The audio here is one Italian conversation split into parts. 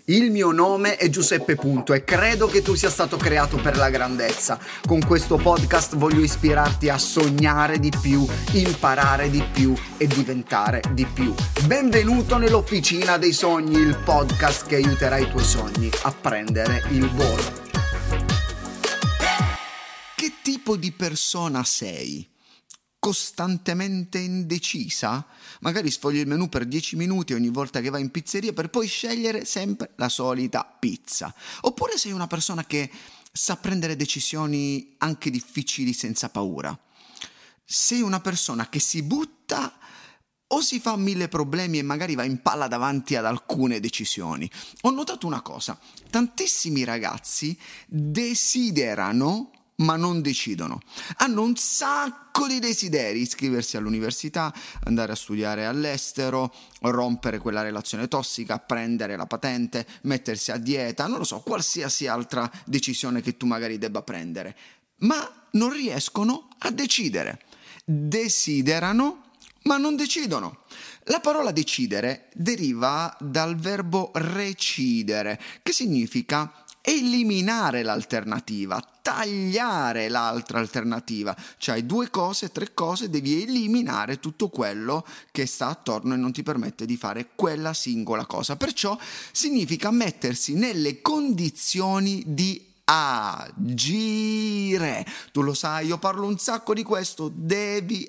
Il mio nome è Giuseppe Punto e credo che tu sia stato creato per la grandezza. Con questo podcast voglio ispirarti a sognare di più, imparare di più e diventare di più. Benvenuto nell'Officina dei Sogni, il podcast che aiuterà i tuoi sogni a prendere il volo. Che tipo di persona sei? Costantemente indecisa? Magari sfogli il menù per 10 minuti ogni volta che vai in pizzeria per poi scegliere sempre la solita pizza. Oppure sei una persona che sa prendere decisioni anche difficili senza paura. Sei una persona che si butta o si fa 1000 problemi e magari va in palla davanti ad alcune decisioni. Ho notato una cosa: tantissimi ragazzi desiderano ma non decidono. Hanno un sacco di desideri: iscriversi all'università, andare a studiare all'estero, rompere quella relazione tossica, prendere la patente, mettersi a dieta, non lo so, qualsiasi altra decisione che tu magari debba prendere, ma non riescono a decidere. Desiderano ma non decidono. La parola decidere deriva dal verbo recidere, che significa eliminare l'alternativa, tagliare l'altra alternativa. Cioè hai 2 cose, 3 cose, devi eliminare tutto quello che sta attorno e non ti permette di fare quella singola cosa. Perciò significa mettersi nelle condizioni di agire. Tu lo sai, io parlo un sacco di questo: devi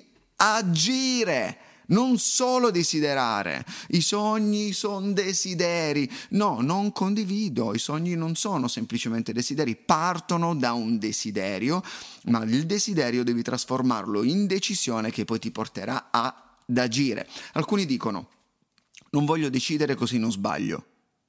agire. Non solo desiderare. I sogni sono desideri. No, non condivido. I sogni non sono semplicemente desideri, partono da un desiderio, ma il desiderio devi trasformarlo in decisione che poi ti porterà ad agire. Alcuni dicono: non voglio decidere così non sbaglio.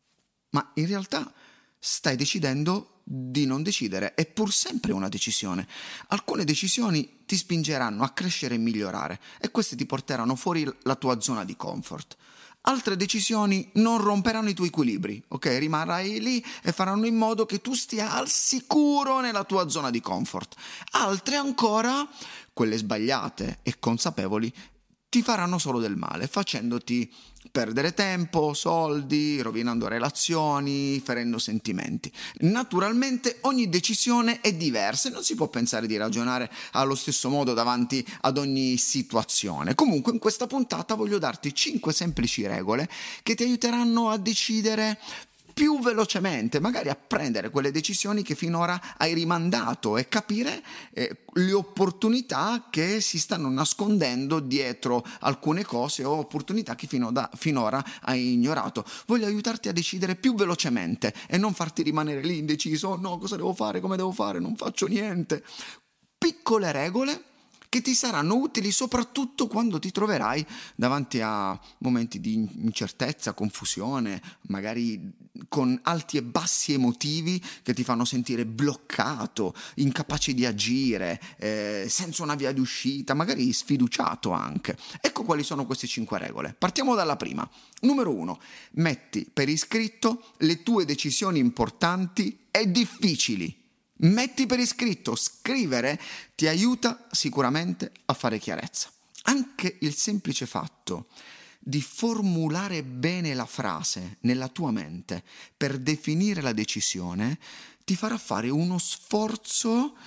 Ma in realtà stai decidendo di non decidere, è pur sempre una decisione. Alcune decisioni ti spingeranno a crescere e migliorare e queste ti porteranno fuori la tua zona di comfort. Altre decisioni non romperanno i tuoi equilibri, ok? Rimarrai lì e faranno in modo che tu stia al sicuro nella tua zona di comfort. Altre ancora, quelle sbagliate e consapevoli, ti faranno solo del male, facendoti perdere tempo, soldi, rovinando relazioni, ferendo sentimenti. Naturalmente ogni decisione è diversa e non si può pensare di ragionare allo stesso modo davanti ad ogni situazione. Comunque in questa puntata voglio darti 5 semplici regole che ti aiuteranno a decidere più velocemente, magari a prendere quelle decisioni che finora hai rimandato e capire le opportunità che si stanno nascondendo dietro alcune cose o opportunità che finora hai ignorato. Voglio aiutarti a decidere più velocemente e non farti rimanere lì indeciso: oh no, cosa devo fare, come devo fare, non faccio niente. Piccole regole che ti saranno utili soprattutto quando ti troverai davanti a momenti di incertezza, confusione, magari con alti e bassi emotivi che ti fanno sentire bloccato, incapace di agire, senza una via d'uscita, magari sfiduciato anche. Ecco quali sono queste 5 regole. Partiamo dalla prima. Numero 1. Metti per iscritto le tue decisioni importanti e difficili. Metti per iscritto. Scrivere ti aiuta sicuramente a fare chiarezza. Anche il semplice fatto di formulare bene la frase nella tua mente per definire la decisione ti farà fare uno sforzo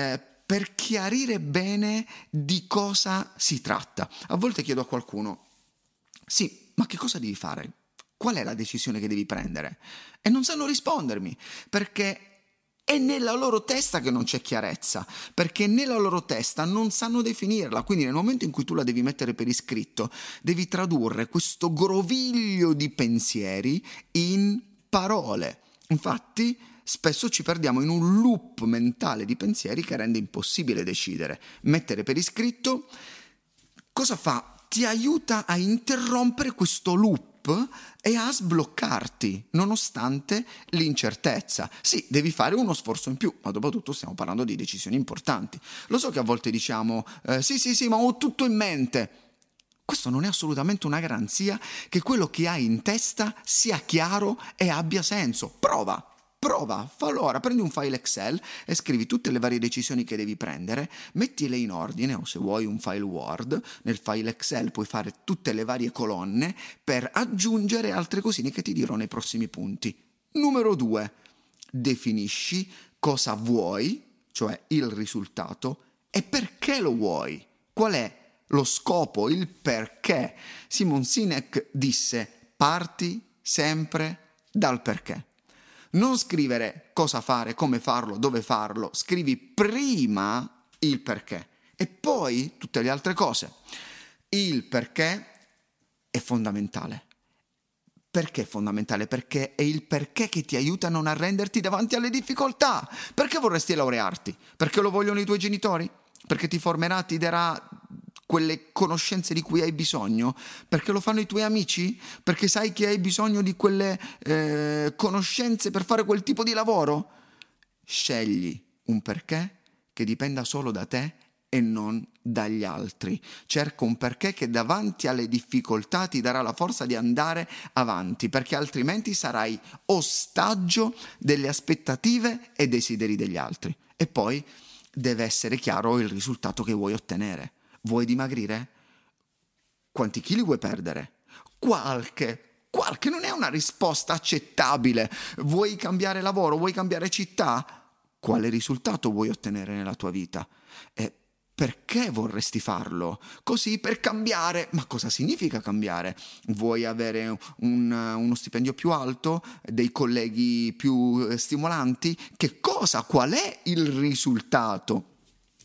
per chiarire bene di cosa si tratta. A volte chiedo a qualcuno: sì, ma che cosa devi fare? Qual è la decisione che devi prendere? E non sanno rispondermi, perché è nella loro testa che non c'è chiarezza, perché nella loro testa non sanno definirla. Quindi nel momento in cui tu la devi mettere per iscritto, devi tradurre questo groviglio di pensieri in parole. Infatti spesso ci perdiamo in un loop mentale di pensieri che rende impossibile decidere. Mettere per iscritto cosa fa? Ti aiuta a interrompere questo loop e a sbloccarti nonostante l'incertezza. Sì, devi fare uno sforzo in più, ma dopo tutto stiamo parlando di decisioni importanti. Lo so che a volte diciamo sì, ma ho tutto in mente. Questo non è assolutamente una garanzia che quello che hai in testa sia chiaro e abbia senso. Prova, fallo ora, prendi un file Excel e scrivi tutte le varie decisioni che devi prendere, mettile in ordine, o se vuoi un file Word, nel file Excel puoi fare tutte le varie colonne per aggiungere altre cosine che ti dirò nei prossimi punti. Numero 2, definisci cosa vuoi, cioè il risultato, e perché lo vuoi. Qual è lo scopo, il perché? Simon Sinek disse: parti sempre dal perché. Non scrivere cosa fare, come farlo, dove farlo, scrivi prima il perché e poi tutte le altre cose. Il perché è fondamentale. Perché è fondamentale? Perché è il perché che ti aiuta a non arrenderti davanti alle difficoltà. Perché vorresti laurearti? Perché lo vogliono i tuoi genitori? Perché ti formerà, ti darà quelle conoscenze di cui hai bisogno? Perché lo fanno i tuoi amici? Perché sai che hai bisogno di quelle conoscenze per fare quel tipo di lavoro? Scegli un perché che dipenda solo da te e non dagli altri. Cerca un perché che davanti alle difficoltà ti darà la forza di andare avanti, perché altrimenti sarai ostaggio delle aspettative e desideri degli altri. E poi deve essere chiaro il risultato che vuoi ottenere. Vuoi dimagrire? Quanti chili vuoi perdere? Qualche non è una risposta accettabile. Vuoi cambiare lavoro? Vuoi cambiare città? Quale risultato vuoi ottenere nella tua vita? E perché vorresti farlo? Così per cambiare. Ma cosa significa cambiare? Vuoi avere uno stipendio più alto? Dei colleghi più stimolanti? Che cosa? Qual è il risultato?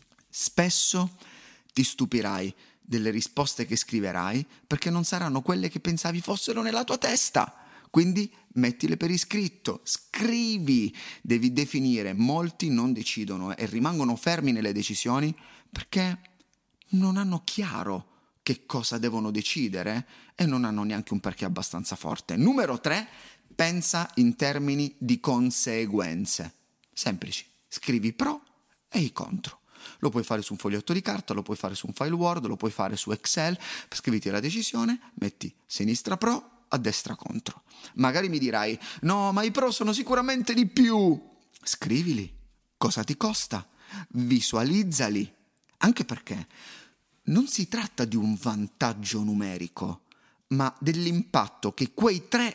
Spesso ti stupirai delle risposte che scriverai perché non saranno quelle che pensavi fossero nella tua testa. Quindi mettile per iscritto, scrivi, devi definire. Molti non decidono e rimangono fermi nelle decisioni perché non hanno chiaro che cosa devono decidere e non hanno neanche un perché abbastanza forte. Numero 3, pensa in termini di conseguenze. Semplici, scrivi i pro e i contro. Lo puoi fare su un foglietto di carta, lo puoi fare su un file Word, lo puoi fare su Excel, scriviti la decisione, metti sinistra pro, a destra contro. Magari mi dirai: no, ma i pro sono sicuramente di più. Scrivili. Cosa ti costa? Visualizzali. Anche perché non si tratta di un vantaggio numerico, ma dell'impatto che quei 3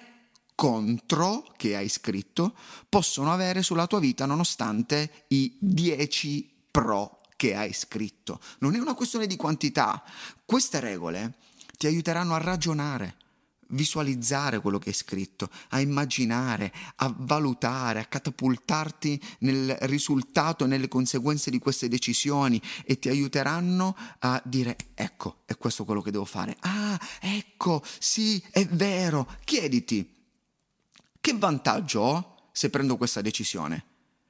contro che hai scritto possono avere sulla tua vita nonostante i 10 pro che hai scritto. Non è una questione di quantità. Queste regole ti aiuteranno a ragionare, visualizzare quello che hai scritto, a immaginare, a valutare, a catapultarti nel risultato e nelle conseguenze di queste decisioni e ti aiuteranno a dire: ecco, è questo quello che devo fare. Ah, ecco, sì, è vero. Chiediti: che vantaggio ho se prendo questa decisione?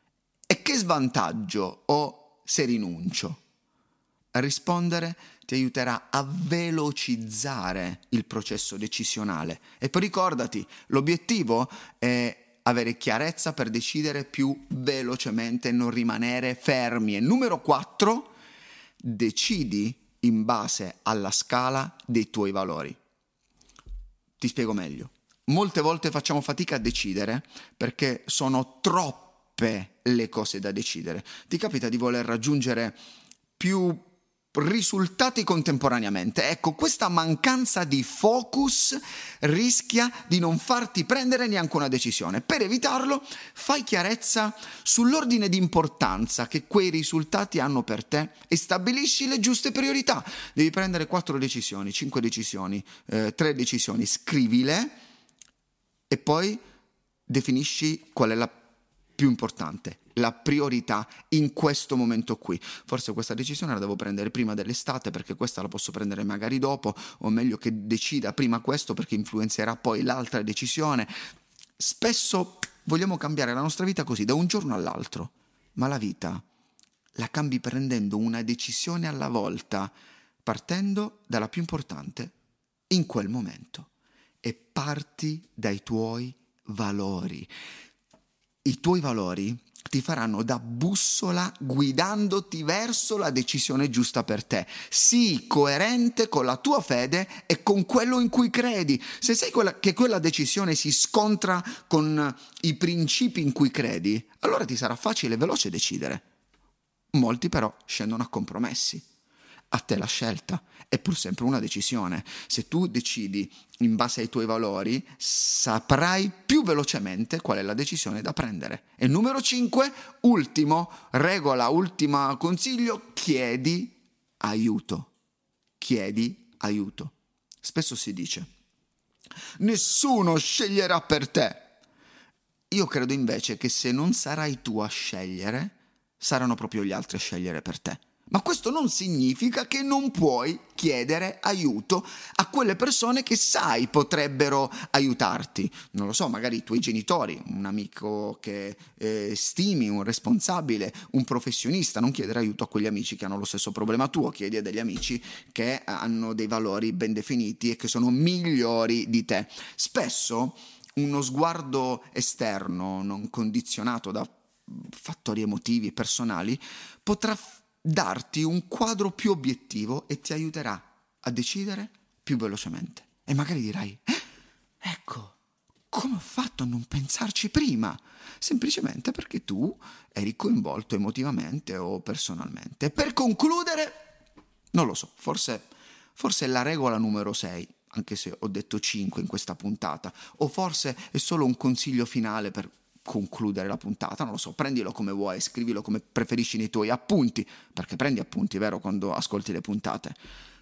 E che svantaggio ho se rinuncio? A rispondere ti aiuterà a velocizzare il processo decisionale. E poi ricordati, l'obiettivo è avere chiarezza per decidere più velocemente e non rimanere fermi. E numero 4, decidi in base alla scala dei tuoi valori. Ti spiego meglio. Molte volte facciamo fatica a decidere perché sono troppe le cose da decidere. Ti capita di voler raggiungere più risultati contemporaneamente. Ecco, questa mancanza di focus rischia di non farti prendere neanche una decisione. Per evitarlo, fai chiarezza sull'ordine di importanza che quei risultati hanno per te e stabilisci le giuste priorità. Devi prendere 4 decisioni, 5 decisioni, 3 decisioni, scrivile e poi definisci qual è la più importante, la priorità in questo momento qui. Forse questa decisione la devo prendere prima dell'estate perché questa la posso prendere magari dopo, o meglio che decida prima questo perché influenzerà poi l'altra decisione. Spesso vogliamo cambiare la nostra vita così, da un giorno all'altro, ma la vita la cambi prendendo una decisione alla volta, partendo dalla più importante in quel momento. E parti dai tuoi valori. I tuoi valori ti faranno da bussola guidandoti verso la decisione giusta per te. Sii coerente con la tua fede e con quello in cui credi. Se sai che quella decisione si scontra con i principi in cui credi, allora ti sarà facile e veloce decidere. Molti però scendono a compromessi. a te la scelta, è pur sempre una decisione. Se tu decidi in base ai tuoi valori, saprai più velocemente qual è la decisione da prendere. E numero 5, ultimo consiglio, chiedi aiuto. Chiedi aiuto. Spesso si dice: nessuno sceglierà per te. Io credo invece che se non sarai tu a scegliere, saranno proprio gli altri a scegliere per te. Ma questo non significa che non puoi chiedere aiuto a quelle persone che sai potrebbero aiutarti. Non lo so, magari i tuoi genitori, un amico che stimi, un responsabile, un professionista. Non chiedere aiuto a quegli amici che hanno lo stesso problema tuo, chiedi a degli amici che hanno dei valori ben definiti e che sono migliori di te. Spesso uno sguardo esterno, non condizionato da fattori emotivi e personali, potrà darti un quadro più obiettivo e ti aiuterà a decidere più velocemente. E magari dirai: ecco, come ho fatto a non pensarci prima? Semplicemente perché tu eri coinvolto emotivamente o personalmente. Per concludere, non lo so, forse è la regola numero 6, anche se ho detto 5 in questa puntata, o forse è solo un consiglio finale per concludere la puntata, non lo so, prendilo come vuoi, scrivilo come preferisci nei tuoi appunti, perché prendi appunti, vero, quando ascolti le puntate.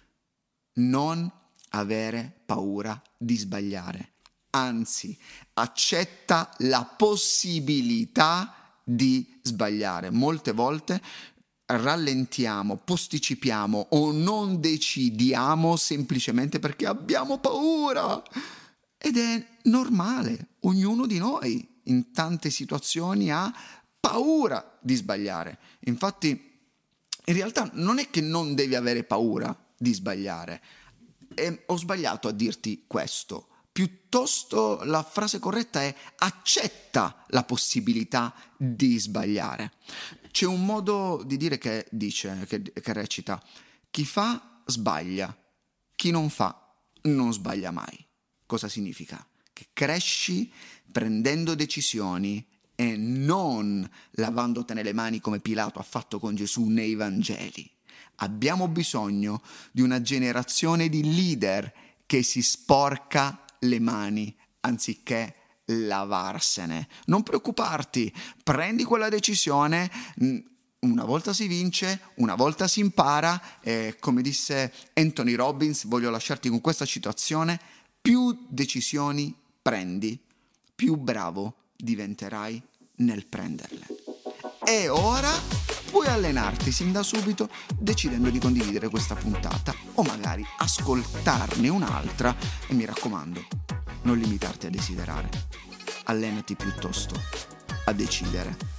Non avere paura di sbagliare, anzi, accetta la possibilità di sbagliare. Molte volte rallentiamo, posticipiamo o non decidiamo semplicemente perché abbiamo paura. Ed è normale, ognuno di noi in tante situazioni ha paura di sbagliare. Infatti, in realtà non è che non devi avere paura di sbagliare. Ho sbagliato a dirti questo. Piuttosto la frase corretta è: accetta la possibilità di sbagliare. C'è un modo di dire che recita: chi fa sbaglia, chi non fa non sbaglia mai. Cosa significa? Che cresci prendendo decisioni e non lavandotene le mani come Pilato ha fatto con Gesù nei Vangeli. Abbiamo bisogno di una generazione di leader che si sporca le mani anziché lavarsene. Non preoccuparti, prendi quella decisione. Una volta si vince, una volta si impara. Come disse Anthony Robbins, voglio lasciarti con questa citazione: più decisioni prendi, più bravo diventerai nel prenderle. E ora puoi allenarti sin da subito decidendo di condividere questa puntata o magari ascoltarne un'altra, e mi raccomando, non limitarti a desiderare, allenati piuttosto a decidere.